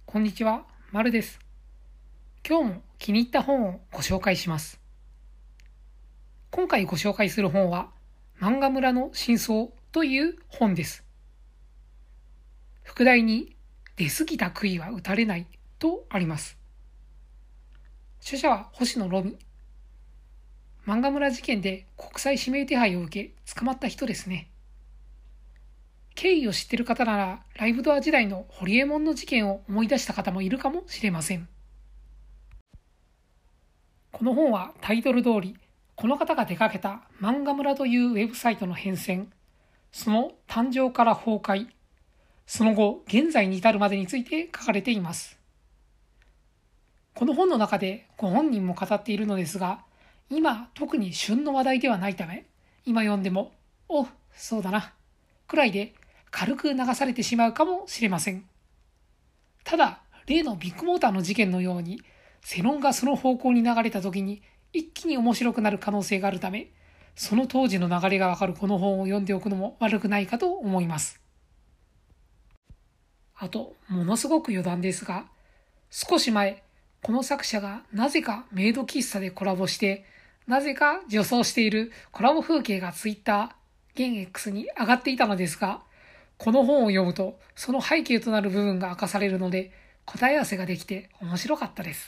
こんにちは、まるです。今日も気に入った本をご紹介します。今回ご紹介する本は、漫画村の真相という本です。副題に、出過ぎた杭は打たれないとあります。著者は星野ロミ。漫画村事件で国際指名手配を受け捕まった人ですね。経緯を知っている方なら、ライブドア時代のホリエモンの事件を思い出した方もいるかもしれません。この本はタイトル通り、この方が手掛けた漫画村というウェブサイトの変遷、その誕生から崩壊、その後現在に至るまでについて書かれています。この本の中でご本人も語っているのですが、今特に旬の話題ではないため、今読んでも、そうだな、くらいで軽く流されてしまうかもしれません。ただ、例のビッグモーターの事件のように、世論がその方向に流れた時に一気に面白くなる可能性があるため、その当時の流れがわかるこの本を読んでおくのも悪くないかと思います。あと、ものすごく余談ですが、少し前、この作者がなぜかメイド喫茶でコラボして、なぜか女装しているコラボ風景がツイッター、現 X に上がっていたのですが、この本を読むとその背景となる部分が明かされるので、答え合わせができて面白かったです。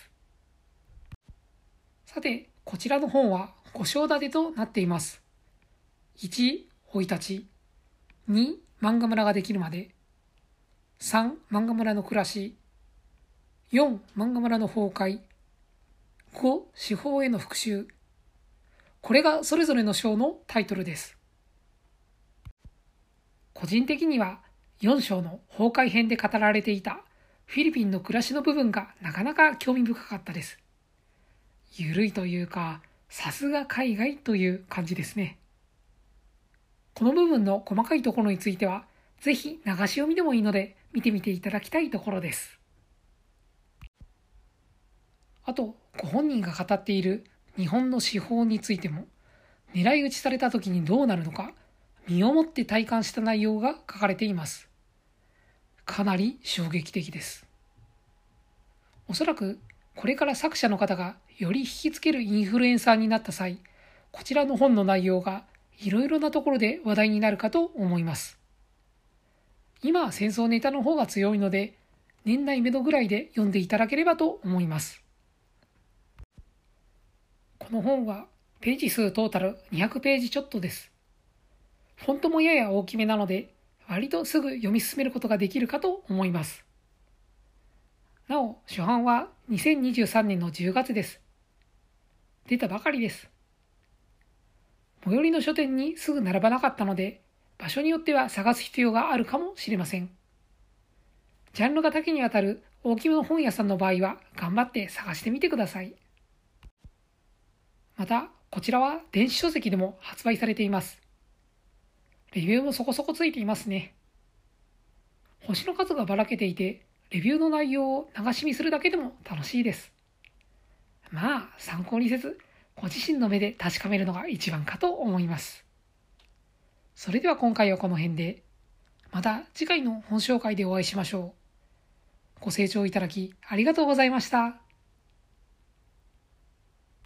さて、こちらの本は5章立てとなっています。1、生い立ち。2、漫画村ができるまで。3、漫画村の暮らし。4、漫画村の崩壊。5、司法への復讐。これがそれぞれの章のタイトルです。個人的には4章の崩壊編で語られていたフィリピンの暮らしの部分がなかなか興味深かったです。ゆるいというか、さすが海外という感じですね。この部分の細かいところについては、ぜひ流し読みでもいいので見てみていただきたいところです。あと、ご本人が語っている日本の司法についても、狙い撃ちされた時にどうなるのか、身をもって体感した内容が書かれています。かなり衝撃的です。おそらく、これから作者の方がより引きつけるインフルエンサーになった際、こちらの本の内容がいろいろなところで話題になるかと思います。今は戦争ネタの方が強いので、年内目のぐらいで読んでいただければと思います。この本はページ数トータル200ページちょっとです。フォントもやや大きめなので、割とすぐ読み進めることができるかと思います。なお、初版は2023年の10月です。出たばかりです。最寄りの書店にすぐ並ばなかったので、場所によっては探す必要があるかもしれません。ジャンルが多岐にわたる大きめの本屋さんの場合は頑張って探してみてください。また、こちらは電子書籍でも発売されています。レビューもそこそこついていますね。星の数がばらけていて、レビューの内容を流し見するだけでも楽しいです。まあ、参考にせず、ご自身の目で確かめるのが一番かと思います。それでは今回はこの辺で、また次回の本紹介でお会いしましょう。ご清聴いただきありがとうございました。